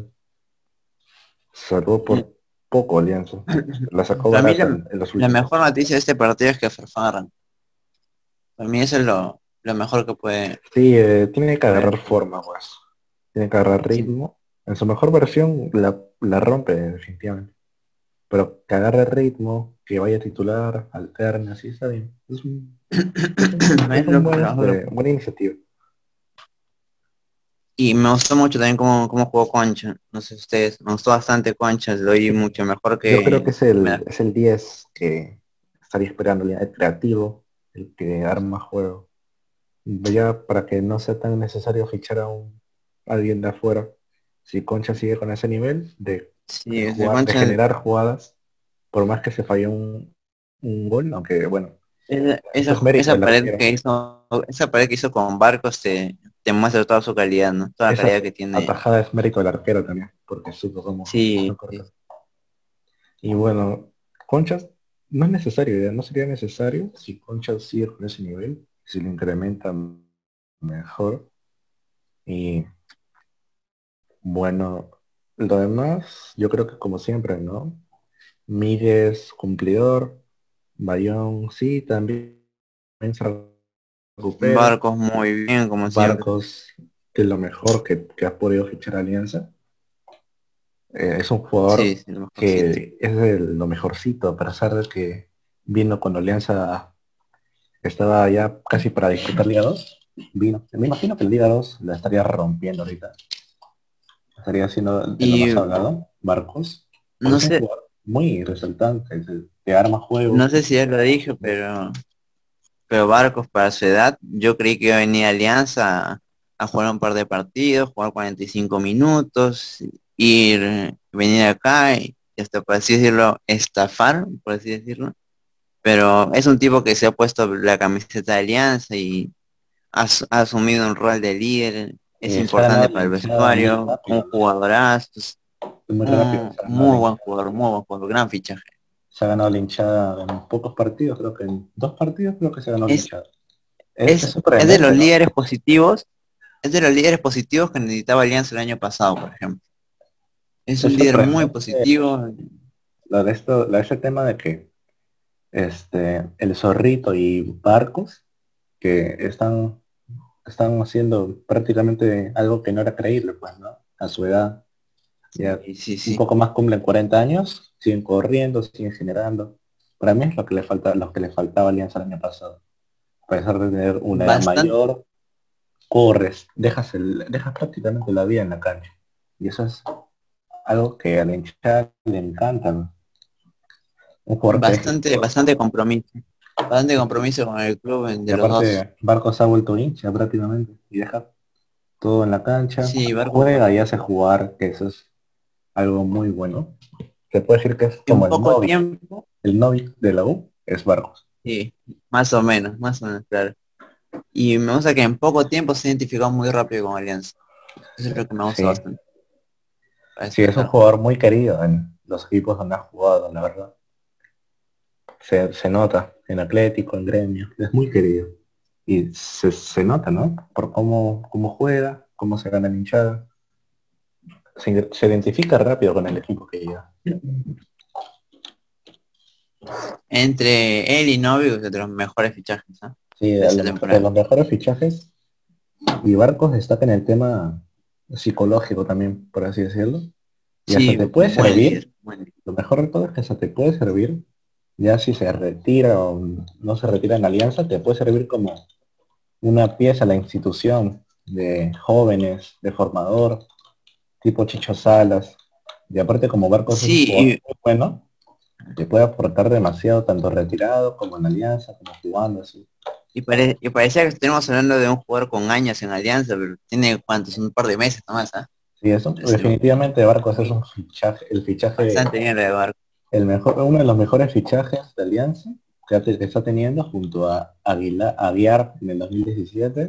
Salvó por poco Alianza. La sacó Para mí barata en los la últimos. mejor noticia de este partido es que Farfán. Para mí eso es lo mejor que puede. Sí, tiene que agarrar forma, pues. Tiene que agarrar Sí. ritmo. En su mejor versión la rompe definitivamente. Pero que agarre ritmo, que vaya a titular, alterne, así está bien. Es Es un buena iniciativa. y me gustó mucho también cómo jugó Concha. No sé ustedes, me gustó bastante Concha, lo vi Sí, mucho mejor yo creo que que Mena. es el 10 que estaría esperando, el creativo, el que arma juego. Ya para que no sea tan necesario fichar a alguien de afuera. Si Concha sigue con ese nivel Sí, ese jugar, de Concha, generar jugadas, por más que se falló un gol, aunque bueno, eso es mérito del arquero. esa pared que hizo con Barcos te muestra toda su calidad, ¿no? Toda la Esa calidad que tiene. atajada es mérito del arquero también, porque supo cómo Sí, sí. cortar. Y bueno, Conchas no es necesario, ya no sería necesario si Conchas sigue con ese nivel, si lo incrementan mejor. Y bueno, lo demás, yo creo que como siempre, ¿no? Míguez, cumplidor, Bayón, sí, también se recupera. Barcos muy bien, como siempre. Barcos, que es lo mejor que ha podido fichar Alianza. Es un Sí, jugador sí, lo mejorcito. que es de lo mejorcito, a pesar de que vino cuando Alianza estaba ya casi para disputar Liga 2. Vino. Me imagino que en Liga 2 la estaría rompiendo ahorita. Estaría siendo de lo más Y hablado, Marcos. Porque no es un sé, jugador muy resaltante, que arma no juego. sé si ya lo dije, pero Barcos para su edad, yo creí que iba a venir Alianza a jugar un par de partidos, jugar 45 minutos, ir, venir acá y hasta, por así decirlo, estafar, por así decirlo. Pero es un tipo que se ha puesto la camiseta de Alianza y ha asumido un rol de líder, es Y se ha ganado importante la para el hinchada muy vestuario, un rápido, ¿no? jugadorazo, Muy rápido un se ha ganado la hinchada. muy buen jugador, muy buen jugador, gran fichaje. Se ha ganado la hinchada en pocos partidos, creo que en 2 partidos creo que se ganó la Es, hinchada. Es es de los sorprendente, ¿no? líderes positivos, es de los líderes positivos que necesitaba Alianza el año pasado, por ejemplo. Es Es un líder muy sorprendente positivo. este tema de que el Zorrito y Barcos, que están haciendo prácticamente algo que no era creíble, pues, ¿no? A su edad, ya Sí, sí, un sí. poco más cumplen 40 años, siguen corriendo, siguen generando. Para mí es lo que le faltaba a Alianza el año pasado. A pesar de tener una edad Bastante, mayor, corres, dejas prácticamente la vida en la cancha. Y eso es algo que a la hinchada le encanta, ¿no? Un jugador que deje todo. bastante compromiso. Bastante compromiso con el club Y de los dos. aparte, Barcos se ha vuelto hincha prácticamente y deja todo en la cancha, Sí, Barco. juega y hace jugar, que eso es algo muy bueno. Se puede decir que es En como poco tiempo, el Novik de la U es Barcos. sí, más o menos, claro. Y me gusta que en poco tiempo se ha identificado muy rápido con Alianza. Eso es lo que me gusta Sí, bastante, para sí, es un destacar. jugador muy querido en los equipos donde ha jugado, la verdad. Se nota en Atlético, en Gremio, es muy querido. Y se nota, ¿no? Por cómo juega, cómo se gana la hinchada. Se identifica rápido con el equipo que llega. Entre él y Novio es de los mejores fichajes, ¿ah? Sí, De esta de temporada. los mejores fichajes. Y Barcos destaca en el tema psicológico también, por así decirlo. Y hasta Sí, te puede buen servir, líder, buen líder. lo mejor de todo es que hasta te puede servir, ya si se retira o no se retira en Alianza, te puede servir como una pieza a la institución de jóvenes, de formador, tipo Chicho Salas. Y aparte como Barcos es un jugador Sí, muy bueno, te puede aportar demasiado, tanto retirado como en Alianza, como jugando así. y parecía que estuvimos hablando de un jugador con años en Alianza, pero tiene cuántos, un par de meses nomás, ¿ah? Y eso, Entonces, definitivamente Barcos es un fichaje, el fichaje, bastante bien lo de Barco. el mejor, uno de los mejores fichajes de Alianza que está teniendo junto a Aguiar en el 2017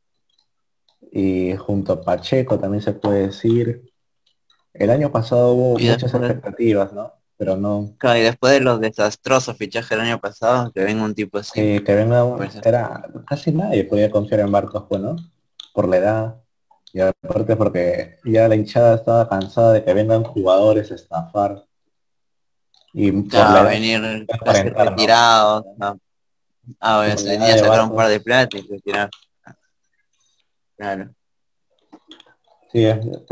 y junto a Pacheco también se puede decir. El año pasado hubo Y muchas después, expectativas, ¿no? Pero no, claro, y después de los desastrosos fichajes del año pasado, que venga un tipo así, que venga parece era casi nadie podía confiar en Barcos, pues, ¿no? Por la edad y aparte porque ya la hinchada estaba cansada de que vengan jugadores a estafar y por la ya edad venir que casi aparentar, ¿no? retirados, a Por la edad venir a de sacar un par Barcos, de plata y retirar. Claro. sí,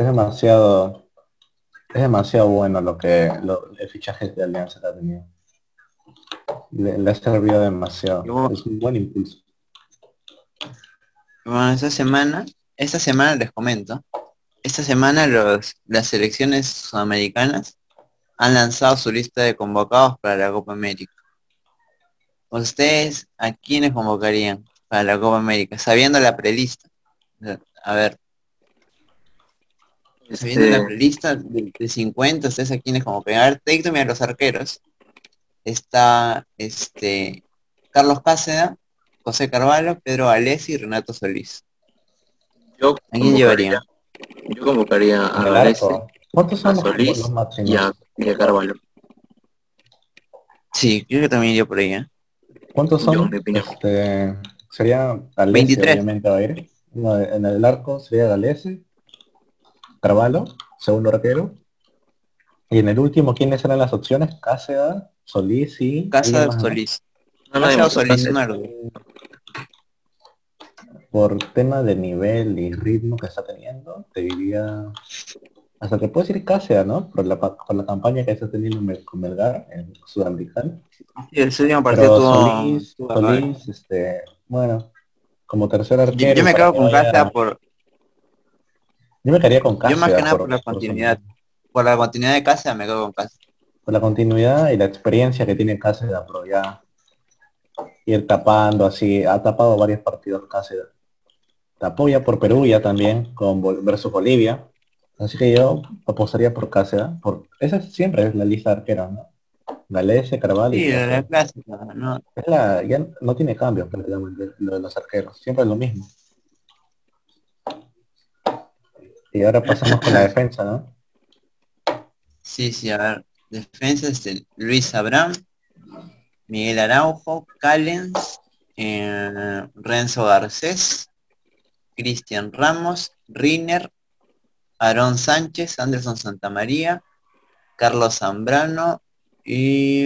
es demasiado bueno el fichaje de Alianza que ha tenido. Le ha servido Y demasiado. bueno, Es un buen impulso. bueno, esta semana les comento, esta semana las selecciones sudamericanas han lanzado su lista de convocados para la Copa América. ¿Ustedes a quiénes convocarían para la Copa América? Sabiendo la prelista. A ver, sabiendo la Este, prelista de 50, ¿ustedes a quiénes convocarían? A ver, te mira los arqueros. Está Carlos Cáceda, José Carvalho, Pedro Alessi y Renato Solís. yo ¿A quién convocaría, llevarían? yo convocaría En a el Galese, arco. ¿Cuántos a son los Solís máximos? y a Carvalho. Sí, creo que también iría por ahí, ¿eh? ¿Cuántos Yo, en son? mi opinión. Sería Galese, 23. obviamente va a ir. En el arco sería Galese, Carvalho, segundo arquero. Y en el último, ¿quiénes eran las opciones? Cáceres, Solís y alguien Casa más, ¿no? Solís. No, nadie Casa o más, Solís, Cáceres. uno de los dos. Por tema de nivel y ritmo que está teniendo, te diría. Hasta te puedes ir Cáceres, ¿no? Por la campaña que está teniendo con Melgar en Sudamericano. Sí, el último partido Pero tuvo, Solís, tuvo errores. Solís, bueno, como tercer Yo arquero y me para quedo que con Casa vaya. por, Yo me quedaría con yo más que Cáceres nada por la por su continuidad. nivel. Por la continuidad de Casa me quedo con Casa. Por la continuidad y la experiencia que tiene Cáceres, pero ya ir tapando así, ha tapado varios partidos Cáceres. apoya por Perú ya también con versus Bolivia. Así que yo apostaría por Cáceres. Esa siempre es la lista de arqueros, ¿no? Galese, Carvalho y Sí, la Cáceres. clásica, ¿no? Ya no tiene cambios prácticamente lo de los arqueros. Siempre es lo mismo. Y ahora pasamos con la defensa, ¿no? Sí, sí, a ver. Defensa, Luis Abraham, Miguel Araujo, Callens, Renzo Garcés, Cristian Ramos, Riner, Aarón Sánchez, Anderson Santamaría, Carlos Zambrano y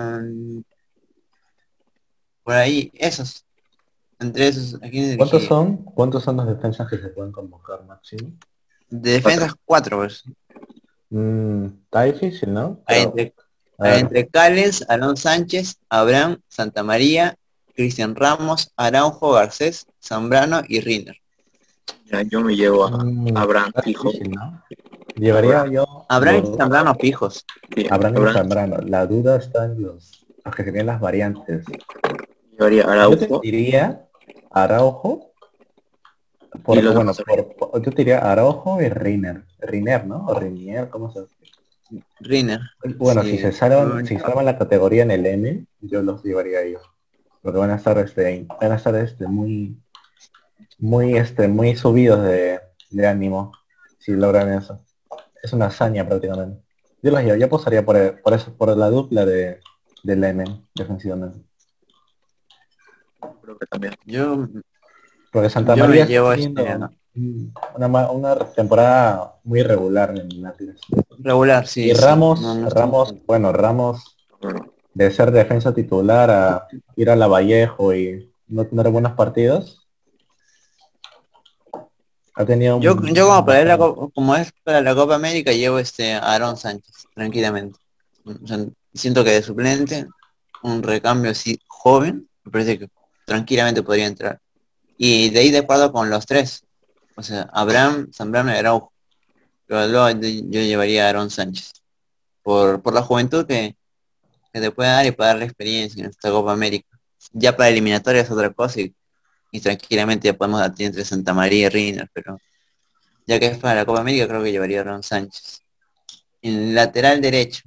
por ahí, esos. Entre esos, ¿a quién ¿Cuántos dirigiría? son? ¿Cuántos son las defensas que se pueden convocar máximo? De Cuatro. defensas, cuatro, pues. Está difícil, ¿no? Hay Pero, entre, a hay ver, entre Callens, Aarón Sánchez, Abraham, Santamaría, Cristian Ramos, Araujo, Garcés, Zambrano y Riner. Ya, yo me llevo a Abraham está fijo. difícil, ¿no? Llevaría Abraham, yo Abraham y Zambrano fijos. sí, Abraham y Abraham, Zambrano. La duda está en los que serían las variantes. llevaría a Yo te Araujo diría Araujo, y porque los bueno, demás arriba. yo te diría Araujo y Riner. Riner, ¿no? O Rinier, ¿cómo se dice? Riner. Bueno, Sí. si salvan la categoría en el M, yo los llevaría a ellos. Porque van a estar muy subidos de ánimo si logran eso. Es una hazaña prácticamente. Yo apostaría por eso, por la dupla del M defensivamente. Creo que también. Porque Santa Yo María me está llevo teniendo una temporada muy regular en Atlas. regular, Y sí, sí. No, no está Ramos, Bueno, de ser defensa titular a ir a la Vallejo y no tener buenos partidos, ha tenido yo un como para bajón. como es para la Copa América llevo a Aaron Sánchez, tranquilamente. O sea, siento que de suplente, un recambio así joven, me parece que tranquilamente podría entrar. Y de ahí de acuerdo con los tres. O sea, Abraham, Zambrano y Araujo. Pero luego yo llevaría a Aaron Sánchez. Por la juventud que te puede dar y para darle experiencia en esta Copa América. Ya para eliminatoria es otra cosa y tranquilamente ya podemos debatir entre Santa María y Riner, pero ya que es para la Copa América creo que llevaría a Aaron Sánchez. En el lateral derecho,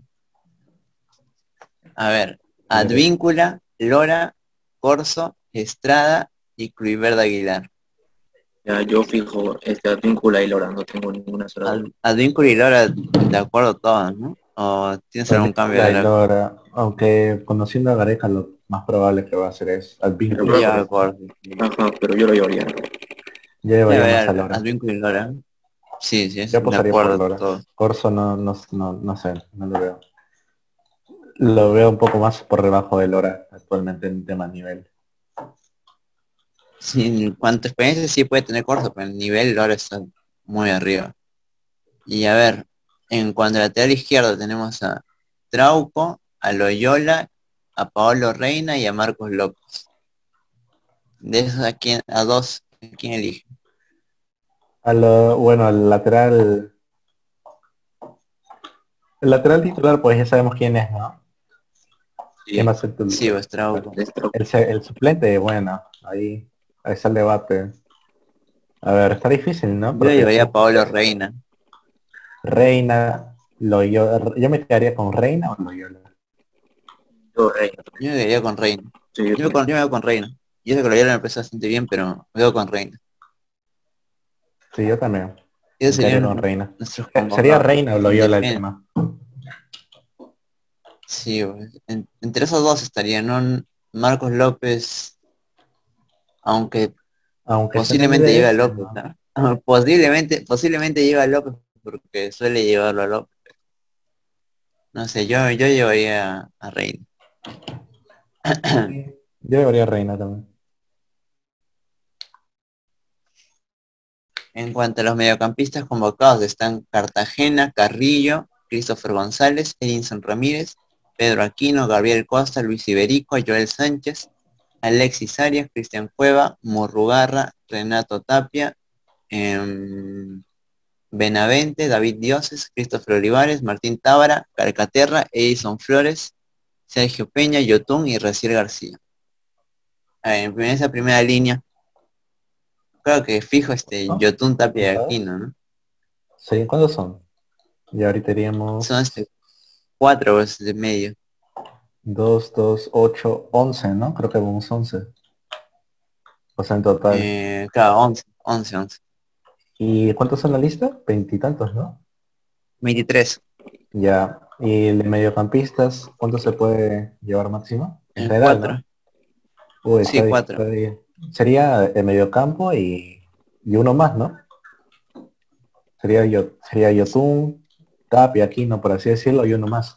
a ver, Derecho. Advíncula, Lora, Corso, Estrada y Kluivert Aguilar. ya yo fijo Advíncula y Lora, no tengo ninguna sola duda. Advíncula y Lora, de acuerdo todos, ¿no? ¿O tienes algún cambio Advíncula de y la... Lora, aunque conociendo a Gareca lo más probable que va a hacer es Pero Yo Advíncula y ya de Lora. acuerdo. Sí. ajá, pero yo lo llevaría. Yo Ya llevaría más a ver, Lora. Advíncula y Lora. Sí, sí, Yo es de apostaría por acuerdo Lora. todo. Corso no sé, no lo veo. Lo veo un poco más por debajo de Lora actualmente en tema nivel. Sí, en cuanto a experiencia sí puede tener Corso, pero el nivel Lora está muy arriba. Y a ver, en cuanto a lateral izquierdo tenemos a Trauco, a Loyola, a Paolo Reina y a Marcos López. De esos a dos, ¿a quién elige? Bueno, el lateral titular pues ya sabemos quién es, ¿no? ¿Quién Sí, va a ser Sí, tu, pues Trauco. el suplente? Bueno, ahí está el debate. A ver, está difícil, ¿no? Yo Porque llevaría sí, a Paolo Reina. Reina, Loyola, yo me quedaría con Reina o Loyola. yo Reina también. Yo me quedaría con Reina. Sí, yo también. Yo me veo con Reina. Yo sé que Loyola me empezó bastante bien, pero me veo con Reina. Sí, yo también. Esos Me quedaría con serían Reina. nuestros Sería convocados. Reina o En Loyola el defensa. tema. Sí, pues, entre esos dos estarían, ¿no? Marcos López, aunque Aunque se posiblemente lleve a merece, López, ¿no? ¿no? Posiblemente lleve a López porque suele llevarlo a López. No sé, yo llevaría a Reina. Sí, yo llevaría a Reina también. En cuanto a los mediocampistas convocados están Cartagena, Carrillo, Christopher González, Edinson Ramírez, Pedro Aquino, Gabriel Costa, Luis Iberico, Joel Sánchez, Alexis Arias, Cristian Cueva, Murrugarra, Renato Tapia, em, Benavente, David Dioses, Christopher Olivares, Martín Tábara, Calcaterra, Edison Flores, Sergio Peña, Yotún y Raciel García. A ver, en esa primera línea creo que fijo ¿no? Yotun Tapia y ¿Sabes? Aquino, ¿no? Sí, ¿cuántos son? Y ahorita Son iríamos 4 de medio. 2 2 8 11, ¿no? Creo que vamos 11. O sea, en total. Claro, 11. ¿Y cuántos son en la lista? Veintitantos, ¿no? 23. Ya. ¿Y de mediocampistas, cuánto se puede llevar máximo? En general, 4. ¿no? Uy, Sí, 4. sería el mediocampo y uno más, ¿no? Sería Yotun, Tapia, Aquino, por así decirlo, y uno más.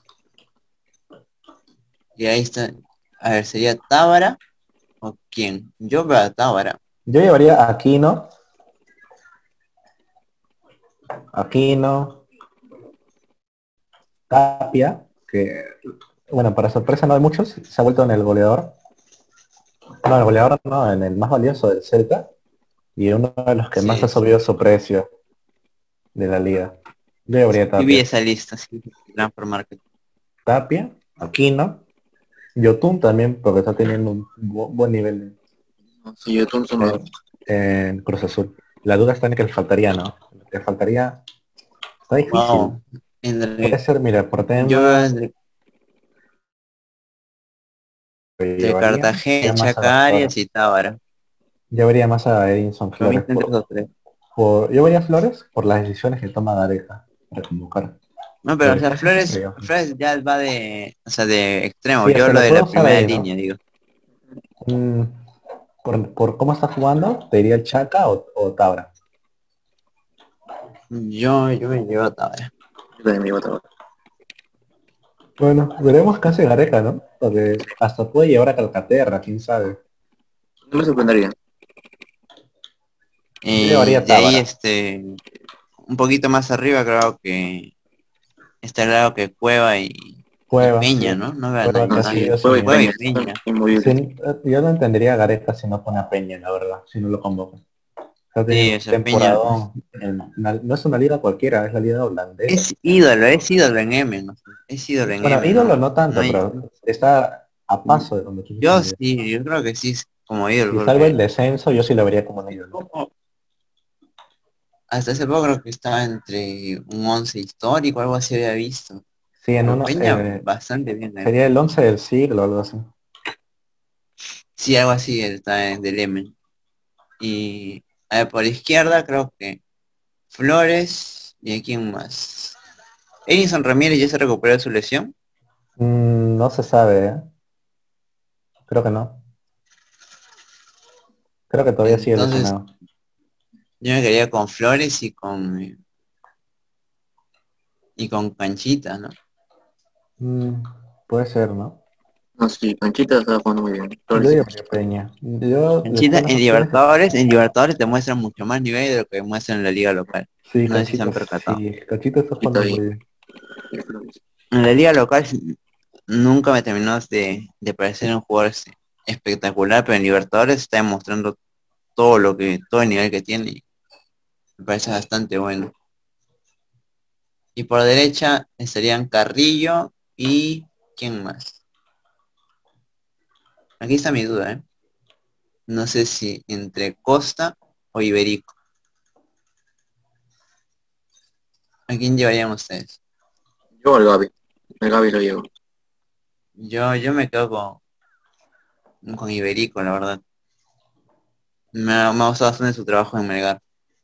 Y ahí está. A ver, ¿sería Tábara o quién? Yo veo a Tábara. Yo llevaría a Aquino, Tapia, que, bueno, para sorpresa no hay muchos, se ha vuelto en el goleador. No, el goleador no, en el más valioso del Celta y uno de los que más ha Sí, sí. subido su precio de la liga. Yo llevaría a Yo vi Tapia. esa lista, sí. Transfer Market. Tapia, Aquino, Yotun también, porque está teniendo un buen nivel No, sí, yo son los en, en Cruz Azul. La duda está en que le faltaría, ¿no? Le faltaría, está difícil. Wow. Puede Entre, ser, mira, por yo veo tema que entre Cartagena, llevaría más a Chaca Flores. Arias y Tábara. Llevaría más a Edinson Para mí Flores. está entre esos tres. Yo vería Flores por las decisiones que toma Gareca para convocar. No, pero o Porque sea, casi siempre Flores, lleva. Flores ya va o sea, de extremo. Sí, Yo se lo lo de puedo la usar primera ahí, línea, ¿no? digo. Mm, por cómo está jugando, te diría el Chaca o Tabra. Yo me llevo a Tábara. yo también me iba a trabajar. Bueno, veremos qué hace Gareca, ¿no? Porque hasta puede llevar a Calcaterra, quién sabe. No me sorprendería. Yo Y llevaría a de ahí, Tábara. un poquito más arriba creo que está claro que Cueva y Cueva, Peña, sí. ¿no? No veo a Cueva nadie que No, ha más. sí, subido su Cueva y Cueva nivel. y Peña están Peña. inmovibles. Yo no entendería a Gareca si no pone a Peña, la verdad, si no lo convoca. Está Sí, teniendo un esa Peña temporadón. No es una liga cualquiera, es la liga holandesa. es ídolo en M, ¿no? Es ídolo en Bueno, M, ídolo ¿no? no No tanto, hay, pero está a paso de donde quiere yo salir. sí, yo creo que sí es como ídolo, Si salva el porque descenso, yo sí lo vería como un ídolo. hasta hace poco creo que estaba entre un 11 histórico, algo así había visto. Sí, en Pero uno, Peña bastante bien, ¿eh? sería el 11 del siglo o algo así. Sí, algo así está en del M. Y a ver, por izquierda creo que Flores y a quién más. Edinson Ramírez ya se recuperó de su lesión. No se sabe, ¿eh? Creo que no. Creo que todavía sigue Entonces lesionado. yo me quedaría con Flores y con Canchita, ¿no? Mm, puede ser, ¿no? No, sí, Panchita estaba jugando muy bien. Yo Flores y llevaría a Panchita. Peña. Yo, de Canchita todas las opciones que... En Libertadores te muestran mucho más nivel de lo que muestran en la liga local. Sí, No sé si se han percatado. Cachito está Panchita jugando muy bien. y Flores. En la liga local nunca me terminó de parecer un jugador espectacular, pero en Libertadores está demostrando todo el nivel que tiene y me parece bastante bueno. Y por derecha estarían Carrillo y ¿quién más? Aquí está mi duda, ¿eh? No sé si entre Costa o Iberico. ¿A quién llevarían ustedes? Yo al Gaby. El Gaby lo llevo. Yo me quedo con Iberico, la verdad. Me ha gustado bastante su trabajo en Melgar.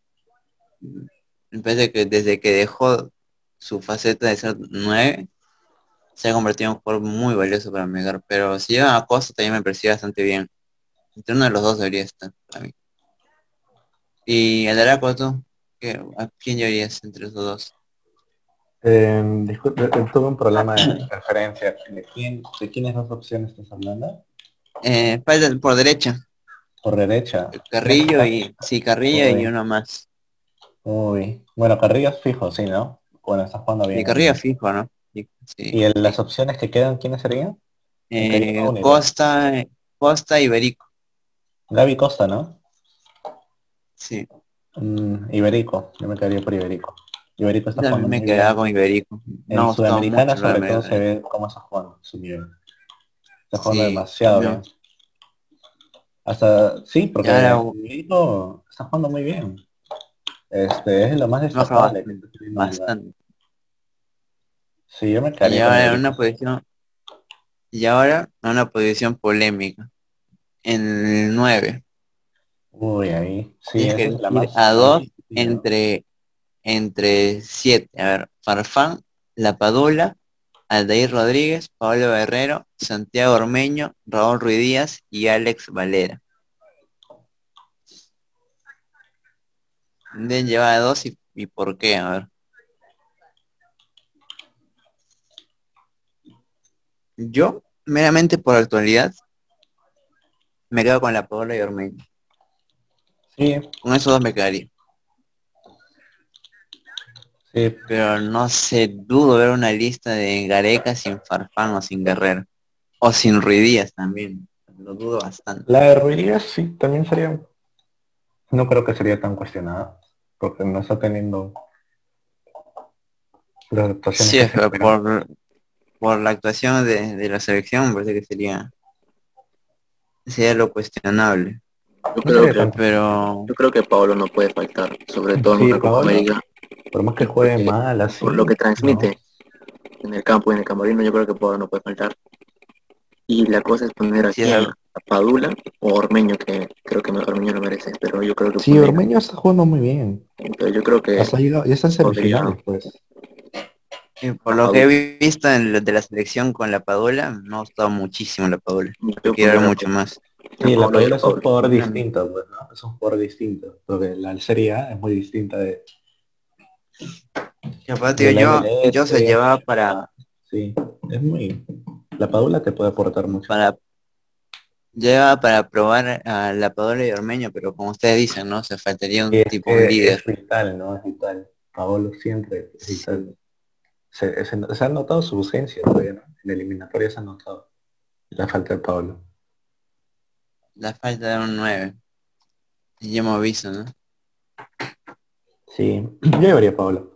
Me parece que desde que dejó su faceta de ser 9, se ha convertido en un jugador muy valioso para Melgar. Pero si llevan a Costa también me parecía bastante bien. Entre uno de los dos debería estar para mí. Y el Araco, ¿tú? ¿A quién llevarías entre esos dos? Disculpe, tuve un problema de interferencia. ¿De quiénes dos opciones estás hablando? Falta por derecha. Por derecha. Carrillo y... Sí, Carrillo y Uy, uno más. uy. Bueno, Carrillo es fijo, sí, ¿no? Bueno, está jugando Y bien Carrillo ahí. fijo, ¿no? Sí, sí, ¿Y las fijo. opciones que quedan, quiénes serían? Aunque yo tengo una idea. Costa y Iberico. Gaby Costa, ¿no? Sí. Iberico, yo me quedaría por Iberico. Iberico está Yo también jugando me muy quedaba bien. con Iberico. Me ha En gustado Sudamericana mucho lo de sobre todo se Melgar. ve cómo está jugando su nivel. Está jugando Sí, demasiado bien. Hasta, sí, Y ahora porque mi hijo está jugando muy bien. Es lo más baja destacable que bastante, está teniendo el lugar. bastante. Sí, yo me Y quedaría con el ahora en equipo. una posición, y ahora en una posición polémica. En el 9. Uy, ahí. Sí, Tienes que esa es elegir a la más dos difícil, ¿no? entre 7. A ver, Farfán, La Padula, Aldair Rodríguez, Pablo Guerrero, Santiago Ormeño, Raúl Ruiz Díaz y Alex Valera. Deben llevar a dos y por qué, a ver. Yo, meramente por actualidad, me quedo con La Padula y Ormeño. Sí, Con esos dos me quedaría. sí. Pero no sé, dudo ver una lista de Gareca sin Farfán o sin Guerrero. O sin Ruiz Díaz también. Lo dudo bastante. La de Ruidías sí, también sería, no creo que sería tan cuestionada, porque no está teniendo las actuaciones Sí, que es se que esperan. por la actuación de la selección, me parece que sería lo cuestionable. Yo No creo sería que, tan cuestionado. yo creo que Paolo no puede faltar, sobre todo en Sí, una Copa Paolo, América, por más que y juegue mal por lo así, que no. transmite en el campo y en el camerino, yo creo que Paolo no puede faltar. Y la cosa es poner Sí, es aquí algo. a Padula o Ormeño, que creo que Ormeño lo merece, pero yo creo que Sí, poner, Ormeño está jugando muy bien. entonces yo creo que Hasta ha llegado, ya está en podría, semifinales, pues. Y por a lo que Padula, he visto en lo de la selección con la Padula, me ha gustado muchísimo la Padula. Yo yo quiero ver pondría mucho más. a Sí, la Paolo y Padula a es un Paolo. jugador Bueno, distinto, pues, ¿no? Es un jugador distinto, porque la Serie A es muy distinta y aparte de la yo se MLS. llevaba para, Sí, es muy... La Padula te puede aportar mucho. para, llevaba para probar a la Padula y Ormeño, pero como ustedes dicen, ¿no? Se faltaría Y un es tipo, un que líder. es vital, ¿no? Es vital. Paolo siempre es vital. Sí, Se ha notado su ausencia todavía, ¿no? En eliminatoria se ha notado la falta de Paolo. la falta de un 9. Y ya hemos visto, ¿no? Sí, yo llevaría a Paolo.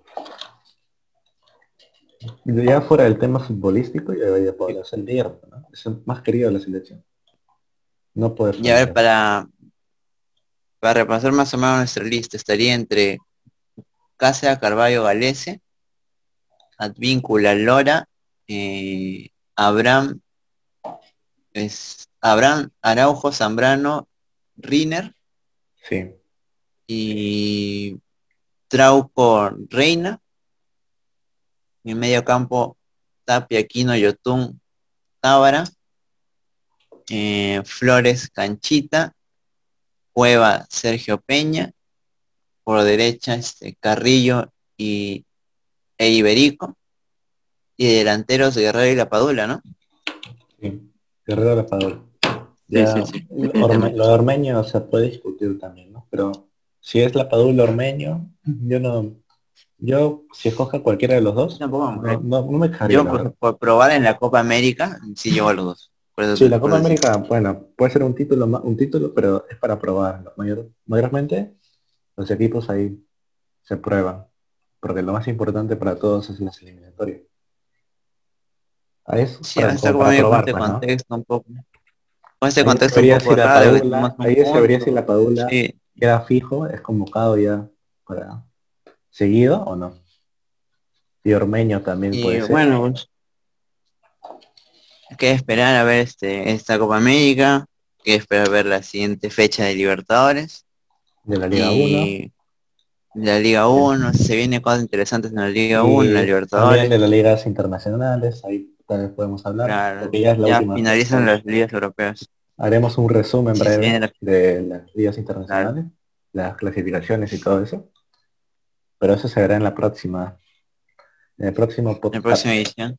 Ya fuera del tema futbolístico, yo llevaría a Paolo. Es el líder, ¿no? Es el más querido de la selección. No puede Y a ver, faltar. para repasar más o menos nuestra lista, estaría entre Casa, Carvalho, Galese, Advíncula, Lora, Abraham, Abraham, Araujo, Zambrano, Riner Sí. y Trauco, Reina. En medio campo, Tapia, Aquino, Yotún, Tábara, Flores, Canchita, Cueva, Sergio Peña, por derecha, Carrillo e Iberico, y delanteros Guerrero y La Padula, ¿no? Sí. Guerrero de la Padula. Sí, sí, Ya, sí, definitivamente. lo de Ormeño se puede discutir también, ¿no? Pero si es la Padula Ormeño, yo no, yo si escoja cualquiera de los Yo dos, tampoco, no me quejaría, yo la verdad. por probar en la Copa América, sí llevo a los dos. Por eso, Sí, la por Copa eso sí. América, bueno, puede ser un título, un título, pero es para probar. Mayormente los equipos ahí se prueban, porque lo más importante para todos es las eliminatorias. A eso, Sí, en esta como Copa para América con probar, este pues, ¿no? contexto un poco, con este Ahí se contexto un vería si poco la raro, que tenemos Padula, un ahí se vería si punto. la Padula Sí, queda fijo, es convocado ya para seguido o no. Y Ormeño también puede y ser, bueno, pues, hay que esperar a ver esta Copa América, hay que esperar a ver la siguiente fecha de Libertadores de la Liga 1, y la Liga 1, se vienen cosas interesantes en la Liga 1, en la y también de Libertadores. las ligas internacionales, ahí también podemos hablar, Claro, porque ya es la ya última fecha. finalizan las ligas europeas. Haremos un resumen Sí, se breve viene de las ligas claro, internacionales, las clasificaciones y todo eso, pero eso se verá en el próximo en la podcast. próxima edición.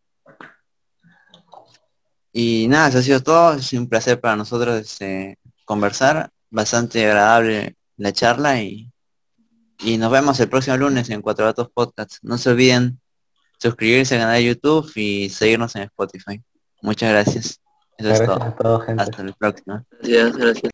Y nada, eso ha sido todo. Es un placer para nosotros conversar. Bastante agradable la charla y nos vemos el próximo lunes en Cuatro Gatos Podcast. No se olviden suscribirse al canal de YouTube y seguirnos en Spotify. Muchas gracias. Eso Muchas es gracias todo. a todos, gente. Hasta la próxima. Gracias, gracias.